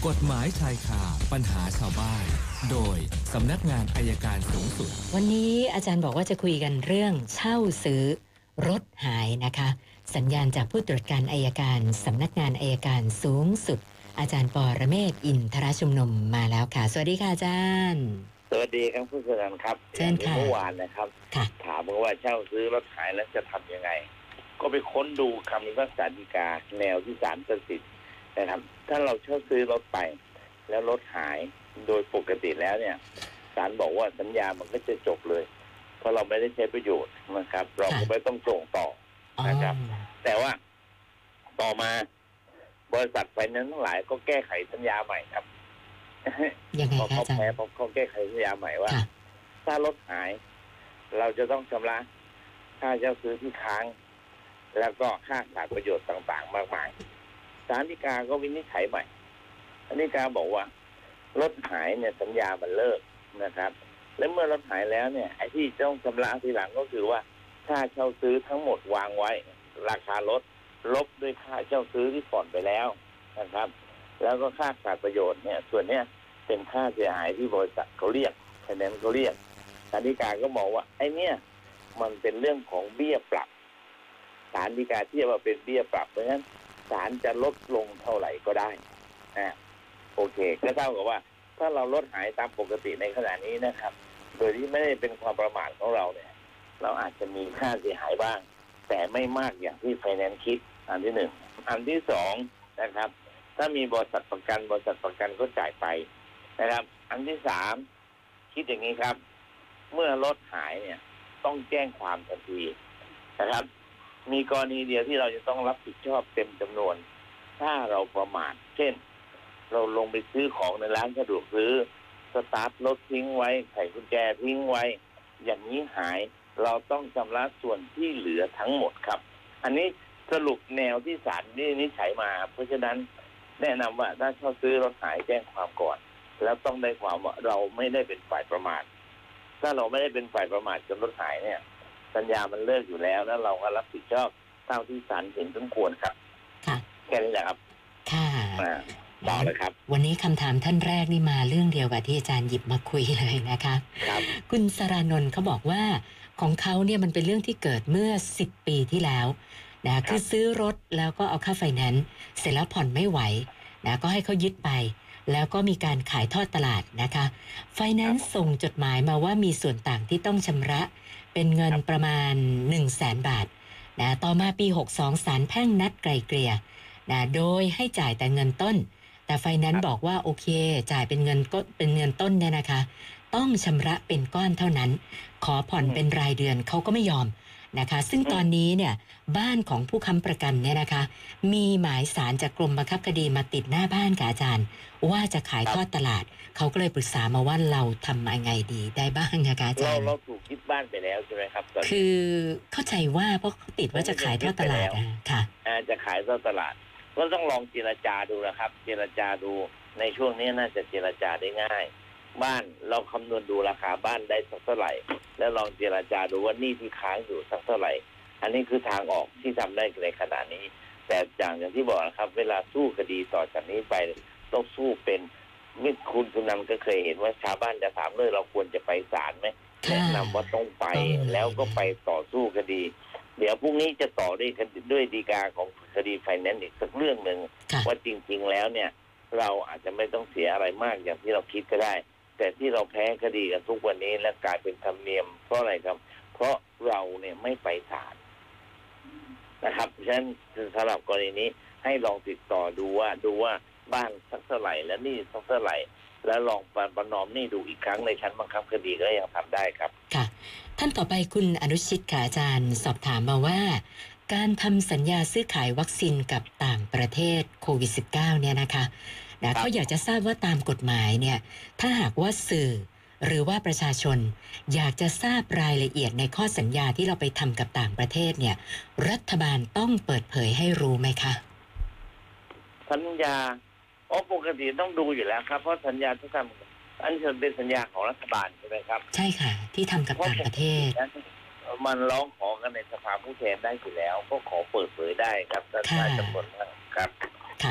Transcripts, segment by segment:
กฎหมายชายคาปัญหาชาวบ้านโดยสำนักงานอัยการสูงสุดวันนี้อาจารย์บอกว่าจะคุยกันเรื่องเช่าซื้อรถหายนะคะสัญญาณจากผู้ตรวจการอัยการสำนักงานอัยการสูงสุดอาจารย์ปรเมศวร์อินทรชุมนุมมาแล้วค่ะสวัสดีค่ะอาจารย์สวัสดีครับผู้เชี่ยวชาญครับเชิญค่ะเมื่อวานนะครับถามว่าเช่าซื้อรถหายแล้วจะทำยังไงก็ไปค้นดูคำพิพากษาฎีกาแนวที่ศาลตัดสินนะครับถ้าเราเช่าซื้อรถไปแล้วรถหายโดยปกติแล้วเนี่ยศาลบอกว่าสัญญามันก็จะจบเลยเพราะเราไม่ได้ใช้ประโยชน์นะครับเราก็ไม่ต้องส่งต่อนะครับแต่ว่าต่อมาบริษัทไฟแนนซ์ทั้งหลายก็แก้ไขสัญญาใหม่ครับพอเขาแพ้เขาแก้ไขสัญญาใหม่ว่าถ้ารถหายเราจะต้องชำระค่าเช่าซื้อที่ค้างแล้วก็ค่าขาดประโยชน์ต่างๆมากมายศาลฎีกาก็วินิจฉัยใหม่ศาลฎีกาบอกว่ารถหายเนี่ยสัญญามันเลิกนะครับและเมื่อรถหายแล้วเนี่ยไอ้ที่ต้องชำระทีหลังก็คือว่าค่าเช่าซื้อทั้งหมดวางไว้ราคารถลบด้วยค่าเช่าซื้อที่ผ่อนไปแล้วนะครับแล้วก็ค่าขาดประโยชน์เนี่ยส่วนเนี้ยเป็นค่าเสียหายที่บริษัทเขาเรียกไฟแนนซ์เขาเรียกศาลฎีกาก็มองว่าไอ้เนี่ยมันเป็นเรื่องของเบี้ยปรับศาลฎีกาเทียบว่าเป็นเบี้ยปรับเพราะฉะนั้นศาลจะลดลงเท่าไหร่ก็ได้โอเคก็เท่ากับว่าถ้าเราลดหายตามปกติในขณะนี้นะครับโดยที่ไม่ได้เป็นความประมาทของเราเนี่ยเราอาจจะมีค่าเสียหายบ้างแต่ไม่มากอย่างที่ไฟแนนซ์คิดอันที่หนึ่งอันที่สองนะครับถ้ามีบริษัทประกันก็จ่ายไปนะครับอันที่สามคิดอย่างนี้ครับเมื่อรถหายเนี่ยต้องแจ้งความทันทีนะครับมีกรณีเดียวที่เราจะต้องรับผิดชอบเต็มจำนวนถ้าเราประมาทเช่นเราลงไปซื้อของในร้านสะดวกซื้อสตาร์ทรถทิ้งไว้ไขกุญแจทิ้งไว้อย่างนี้หายเราต้องชำระส่วนที่เหลือทั้งหมดครับอันนี้สรุปแนวที่ศาลวินิจฉัยมาเพราะฉะนั้นแนะนำว่าถ้าเช่าซื้อรถหายแจ้งความก่อนแล้วต้องได้ความว่าเราไม่ได้เป็นฝ่ายประมาทถ้าเราไม่ได้เป็นฝ่ายประมาทจนรถหายเนี่ยสัญญามันเลิกอยู่แล้วแล้วเราก็รับผิดชอบเท่าที่ศาลเห็นสมควรครับแค่นี้แหละครับค่ะต่อเลยครับวันนี้คำถามท่านแรกนี่มาเรื่องเดียวกับที่อาจารย์หยิบมาคุยเลยนะคะครับคุณสรานนท์เขาบอกว่าของเขาเนี่ยมันเป็นเรื่องที่เกิดเมื่อ10 ปีที่แล้วนะคือซื้อรถแล้วก็เอาค่าไฟแนนซ์เสร็จแล้วผ่อนไม่ไหวนะก็ให้เขายึดไปแล้วก็มีการขายทอดตลาดนะคะไฟแนนซ์ส่งจดหมายมาว่ามีส่วนต่างที่ต้องชำระเป็นเงินประมาณ 100,000 บาทนะต่อมาปี62ศาลแพ่งนัดไกลเกลี่ยนะโดยให้จ่ายแต่เงินต้นแต่ไฟแนนซ์บอกว่าโอเคจ่ายเป็นเงินก็เป็นเงินต้นเนี่ยนะคะต้องชำระเป็นก้อนเท่านั้นขอผ่อนเป็นรายเดือนเขาก็ไม่ยอมนะคะซึ่งตอนนี้เนี่ยบ้านของผู้ค้ำประกันเนี่ยนะคะมีหมายสารจากกรมบังคับคดีมาติดหน้าบ้านกับอาจารย์ว่าจะขายทอดตลาดเขาก็เลยปรึกษามาว่าเราทำยังไงดีได้บ้างนะคะอาจารย์เราถูกยึดบ้านไปแล้วใช่ไหมครับคือเข้าใจว่าเพราะเขาติดว่าจะขายทอดตลาดค่ะจะขายทอดตลาดก็ต้องลองเจรจาดูนะครับเจรจาดูในช่วงนี้น่าจะเจรจาได้ง่ายบ้านเราคำนวณดูราคาบ้านได้สักเท่าไหร่แล้วลองเจรจาดูว่าหนี้ที่ค้างอยู่สักเท่าไหร่อันนี้คือทางออกที่ทำได้ในขณะนี้แต่อย่างที่บอกนะครับเวลาสู้คดีต่อจากนี้ไปต้องสู้เป็นมิตรคุณนำก็เคยเห็นว่าชาวบ้านจะถามเลยเราควรจะไปศาลไหมแนะนำว่าต้องไปแล้วก็ไปต่อสู้คดีเดี๋ยวพรุ่งนี้จะต่อด้วยฎีกาของคดีไฟแนนซ์อีกสักเรื่องหนึ่งว่าจริงๆแล้วเนี่ยเราอาจจะไม่ต้องเสียอะไรมากอย่างที่เราคิดก็ได้แต่ที่เราแพ้คดีกันทุกวันนี้และกลายเป็นธรรมเนียมเพราะอะไรครับเพราะเราเนี่ยไม่ไปศาลนะครับฉะนั้นสำหรับกรณีนี้ให้ลองติดต่อดูว่าบ้านสักเท่าไหร่และนี่สักเท่าไหร่แล้วลองประนอมนี่ดูอีกครั้งในชั้นบังคับคดีก็ยังทำได้ครับค่ะท่านต่อไปคุณอนุชิตค่ะอาจารย์สอบถามมาว่าการทำสัญญาซื้อขายวัคซีนกับต่างประเทศโควิด -19 เนี่ยนะคะเขาอยากจะทราบว่าตามกฎหมายเนี่ยถ้าหากว่าสื่อหรือว่าประชาชนอยากจะทราบรายละเอียดในข้อสัญญาที่เราไปทำกับต่างประเทศเนี่ยรัฐบาลต้องเปิดเผยให้รู้ไหมคะสัญญาปกติต้องดูอยู่แล้วครับเพราะสัญญาที่ทำอันนี้เป็นสัญญาของรัฐบาลใช่ไหมครับใช่ค่ะที่ทำกับต่างประเทศมันร้องขอกันในสภาผู้แทนได้อยู่แล้วก็ขอเปิดเผยได้ครับถ้าจำนวนครับค่ะ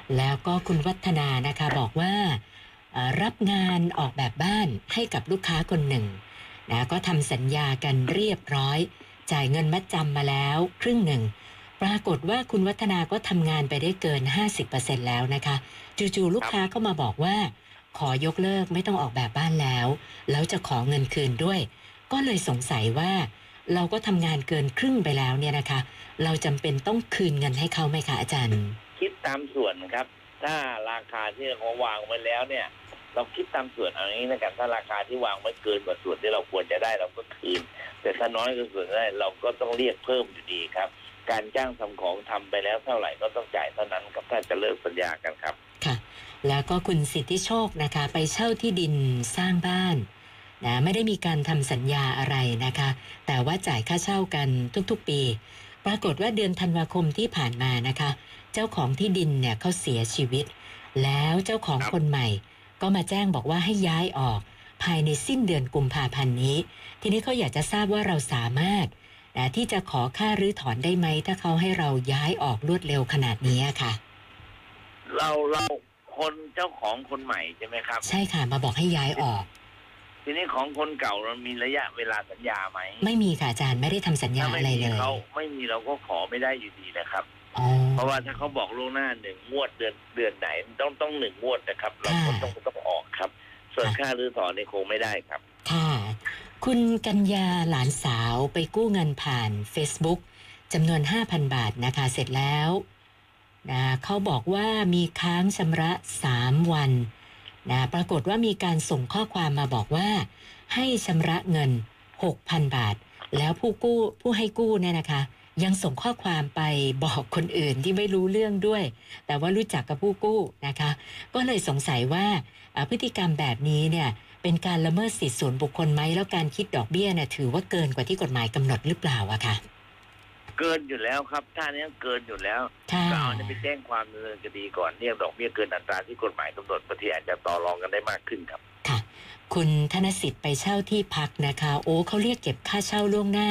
แล้วก็คุณวัฒนานะคะบอกว่ารับงานออกแบบบ้านให้กับลูกค้าคนหนึ่งนะก็ทำสัญญากันเรียบร้อยจ่ายเงินมัดจำมาแล้วครึ่งหนึ่งปรากฏว่าคุณวัฒนาก็ทำงานไปได้เกิน 50% แล้วนะคะจู่ๆลูกค้าก็มาบอกว่าขอยกเลิกไม่ต้องออกแบบบ้านแล้วจะขอเงินคืนด้วยก็เลยสงสัยว่าเราก็ทำงานเกินครึ่งไปแล้วเนี่ยนะคะเราจำเป็นต้องคืนเงินให้เขาไหมคะอาจารย์คิดตามส่วนครับถ้าราคาที่เราวางไว้แล้วเนี่ยเราคิดตามส่วนเอาอย่างนี้นะครับถ้าราคาที่วางไว้เกินกว่าส่วนที่เราควรจะได้เราก็คืนแต่ถ้าน้อยกว่าส่วนได้เราก็ต้องเรียกเพิ่มอยู่ดีครับการจ้างทำของทำไปแล้วเท่าไหร่ก็ต้องจ่ายเท่านั้นครับถ้าจะเลิกสัญญากันครับค่ะแล้วก็คุณสิทธิโชคนะคะไปเช่าที่ดินสร้างบ้านนะไม่ได้มีการทำสัญญาอะไรนะคะแต่ว่าจ่ายค่าเช่ากันทุกๆปีปรากฏว่าเดือนธันวาคมที่ผ่านมานะคะเจ้าของที่ดินเนี่ยเขาเสียชีวิตแล้วเจ้าของคนใหม่ก็มาแจ้งบอกว่าให้ย้ายออกภายในสิ้นเดือนกุมภาพันธ์นี้ทีนี้เขาอยากจะทราบว่าเราสามารถที่จะขอค่ารื้อถอนได้ไหมถ้าเขาให้เราย้ายออกรวดเร็วขนาดนี้ค่ะเราคนเจ้าของคนใหม่ใช่ไหมครับใช่ค่ะมาบอกให้ย้ายออกทีนี้ของคนเก่าเรามีระยะเวลาสัญญาไหมไม่มีค่ะอาจารย์ไม่ได้ทำสัญญาอะไรเลยเขาไม่มีเราก็ขอไม่ได้อยู่ดีนะครับเพราะว่าถ้าเขาบอกล่วงหน้า1 งวดเดือนไหนต้อง1 งวดนะครับเราก็ต้องออกครับส่วนค่ารื้อถอนนี่คงไม่ได้ครับค่ะคุณกัญญาหลานสาวไปกู้เงินผ่าน Facebook จำนวน 5,000 บาทนะคะเสร็จแล้วนะเขาบอกว่ามีค้างชำระ3 วันนะปรากฏว่ามีการส่งข้อความมาบอกว่าให้ชำระเงิน 6,000 บาทแล้วผู้ให้กู้เนี่ยนะคะยังส่งข้อความไปบอกคนอื่นที่ไม่รู้เรื่องด้วยแต่ว่ารู้จักกับผู้กู้นะคะก็เลยสงสัยว่าพฤติกรรมแบบนี้เนี่ยเป็นการละเมิดสิทธิส่วนบุคคลไหมแล้วการคิดดอกเบี้ยเนี่ยถือว่าเกินกว่าที่กฎหมายกำหนดหรือเปล่าอะคะเกินอยู่แล้วครับถ้านี้เกินอยู่แล้วก็เอาไปแจ้งความดำเนินคดีก่อนเรียกดอกเบี้ยเกินอัตราที่กฎหมายกำหนดบางทีอาจจะต่อรองกันได้มากขึ้นครับค่ะคุณธนสิทธิ์ไปเช่าที่พักนะคะโอ้เขาเรียกเก็บค่าเช่าล่วงหน้า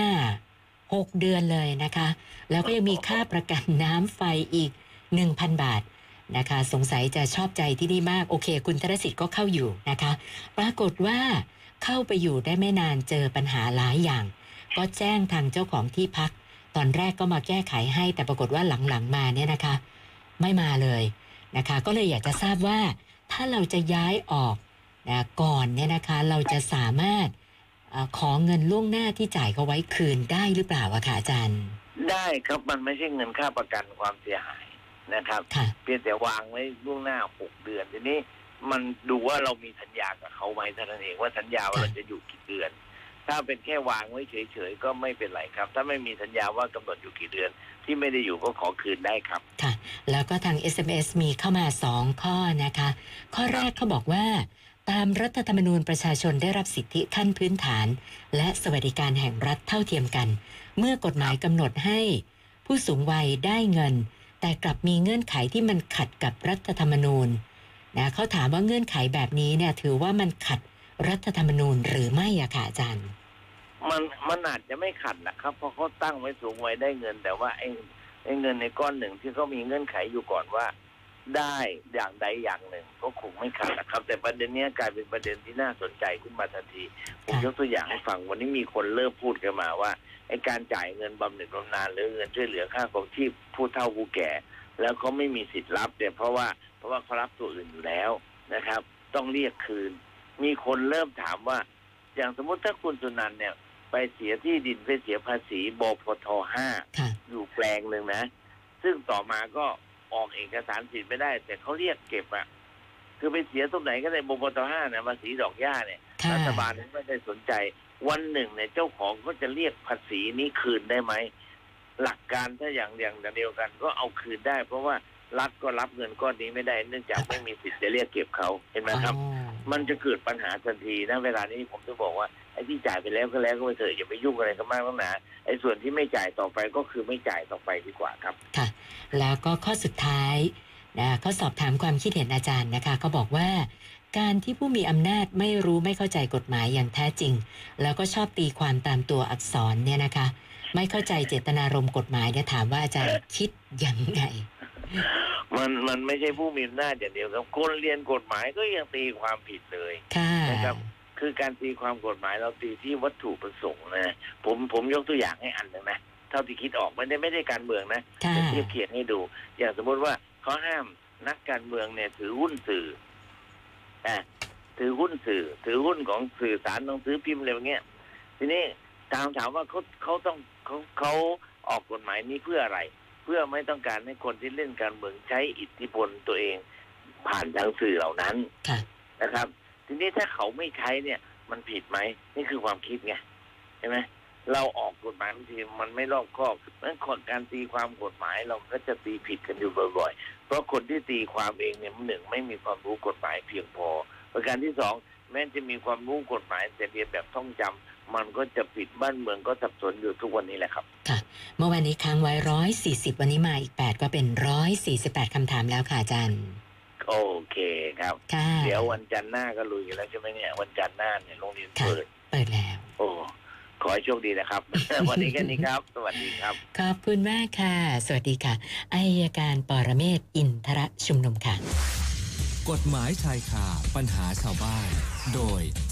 6 เดือนเลยนะคะแล้วก็ยังมีค่าประกันน้ำไฟอีก 1,000 บาทนะคะสงสัยจะชอบใจที่นี่มากโอเคคุณธนสิทธิ์ก็เข้าอยู่นะคะปรากฏว่าเข้าไปอยู่ได้ไม่นานเจอปัญหาหลายอย่างก็แจ้งทางเจ้าของที่พักตอนแรกก็มาแก้ไขให้แต่ปรากฏว่าหลังๆมาเนี่ยนะคะไม่มาเลยนะคะก็เลยอยากจะทราบว่าถ้าเราจะย้ายออกนะก่อนเนี่ยนะคะเราจะสามารถขอเงินล่วงหน้าที่จ่ายเขาไว้คืนได้หรือเปล่าอะคะอาจารย์ได้ครับมันไม่ใช่เงินค่าประกันความเสียหายนะครับเพียงแต่วางไว้ล่วงหน้า6 เดือนทีนี้มันดูว่าเรามีสัญญากับเขาไหมเท่านั้นเองว่าสัญญาว่าเราจะอยู่กี่เดือนถ้าเป็นแค่วางไว้เฉยๆก็ไม่เป็นไรครับถ้าไม่มีสัญญาว่ากำหนดอยู่กี่เดือนที่ไม่ได้อยู่ก็ขอคืนได้ครับค่ะแล้วก็ทาง SMS มีเข้ามา2 ข้อนะคะข้อแรกเขาบอกว่าตามรัฐธรรมนูญประชาชนได้รับสิทธิขั้นพื้นฐานและสวัสดิการแห่งรัฐเท่าเทียมกันเมื่อกฎหมายกำหนดให้ผู้สูงวัยได้เงินแต่กลับมีเงื่อนไขที่มันขัดกับรัฐธรรมนูญนะเขาถามว่าเงื่อนไขแบบนี้เนี่ยถือว่ามันขัดรัฐธรรมนูญหรือไม่อะค่ะอาจารย์มันอาจจะไม่ขัดนะครับเพราะเขาตั้งไว้สูงไว้ได้เงินแต่ว่าไอ้เงินในก้อนหนึ่งที่เขามีเงื่อนไขอยู่ก่อนว่าได้อย่างใดอย่างหนึ่งก็คงไม่ขัดนะครับแต่ประเด็นนี้กลายเป็นประเด็นที่น่าสนใจขึ้นมาทันทีผมยกตัวอย่างให้ฟังวันนี้มีคนเริ่มพูดกันมาว่าไอ้การจ่ายเงินบำเหน็จบำนาญหรือเงินช่วยเหลือค่าครองชีพผู้เฒ่าผู้แก่แล้วเขาไม่มีสิทธิ์รับเนี่ยเพราะว่าเขารับตัวอื่นอยู่แล้วนะครับต้องเรียกคืนมีคนเริ่มถามว่าอย่างสมมติถ้าคุณสุนันท์เนี่ยไปเสียที่ดินไปเสียภาษีบพท5อยู่แปลงหนึ่งนะซึ่งต่อมาก็ออกเอกสารสิทธิ์ไม่ได้แต่เขาเรียกเก็บอะคือไปเสียตรงไหนก็ได้บพท5เนี่ยภาษีดอกหญ้าเนี่ยรัฐบาลไม่ได้สนใจวันหนึ่งเนี่ยเจ้าของก็จะเรียกภาษีนี้คืนได้ไหมหลักการถ้าอย่างเดียวกันก็เอาคืนได้เพราะว่ารัฐก็รับเงินก้อนนี้ไม่ได้เนื่องจากไม่มีสิทธิ์จะเรียกเก็บเขาเห็นไหมครับมันจะเกิดปัญหาทันทีนะเวลานี้ผมจะบอกว่าไอ้ที่จ่ายไปแล้วก็ไปเถอะอย่าไปยุ่งอะไรกันมากนักหนาไอ้ส่วนที่ไม่จ่ายต่อไปก็คือไม่จ่ายต่อไปดีกว่าครับค่ะแล้วก็ข้อสุดท้ายนะเขาสอบถามความคิดเห็นอาจารย์นะคะเขาบอกว่าการที่ผู้มีอำนาจไม่รู้ไม่เข้าใจกฎหมายอย่างแท้จริงแล้วก็ชอบตีความตามตัวอักษรเนี่ยนะคะไม่เข้าใจเจตนารมณ์กฎหมายเนี่ยถามว่าอาจารย์คิดยังไงมันไม่ใช่ผู้มีอำนาจอย่างเดียวครับคนเรียนกฎหมายก็ยังตีความผิดเลยนะครับคือการตีความกฎหมายเราตีที่วัตถุประสงค์นะผมยกตัวอย่างให้อันหนึ่งนะเท่าที่คิดออกไม่ได้การเมืองนะแต่เทียบเคียงให้ดู อย่างสมมติว่าเขาห้ามนักการเมืองเนี่ยถือหุ้นสื่อถือหุ้นสื่อถือหุ้นของสื่อสารต้องซื้อพิมพ์อะไรอย่างเงี้ยทีนี้ถามว่าเขาออกกฎหมายนี้เพื่ออะไร เพื่อไม่ต้องการให้คนที่เล่นการเมืองใช้อิทธิพลตัวเองผ่านทางสื่อเหล่านั้นนะครับทีนี้ถ้าเขาไม่ใช้เนี่ยมันผิดไหมนี่คือความคิดไงใช่ไหมเราออกกฎหมายบางทีมันไม่รอบคอบเพราะฉะนั้นการตีความกฎหมายเราก็จะตีผิดกันอยู่บ่อยๆเพราะคนที่ตีความเองเนี่ยหนึ่งไม่มีความรู้กฎหมายเพียงพอประการที่สองแม้จะมีความรู้กฎหมายแต่เรียนแบบท่องจำมันก็จะผิดบ้านเมืองก็สับสนอยู่ทุกวันนี้แหละครับค่ะเมื่อวันนี้ค้างไว้140วันนี้มาอีก8ก็เป็น148คำถามแล้วค่ะอาจารย์โอเคครับเดี๋ยววันจันทร์หน้าก็ลุยกันแล้วใช่ไหมเนี่ยวันจันทร์หน้าเนี่ยโรงเรียนเปิดแล้วโอ้ขอให้โชคดีนะครับ วันนี้แค่นี้ครับสวัสดีครับขอบคุณมากค่ะสวัสดีค่ะอัยการปรเมศวร์อินทรชุมนุมค่ะกฎหมายชายคาปัญหาชาวบ้านโดย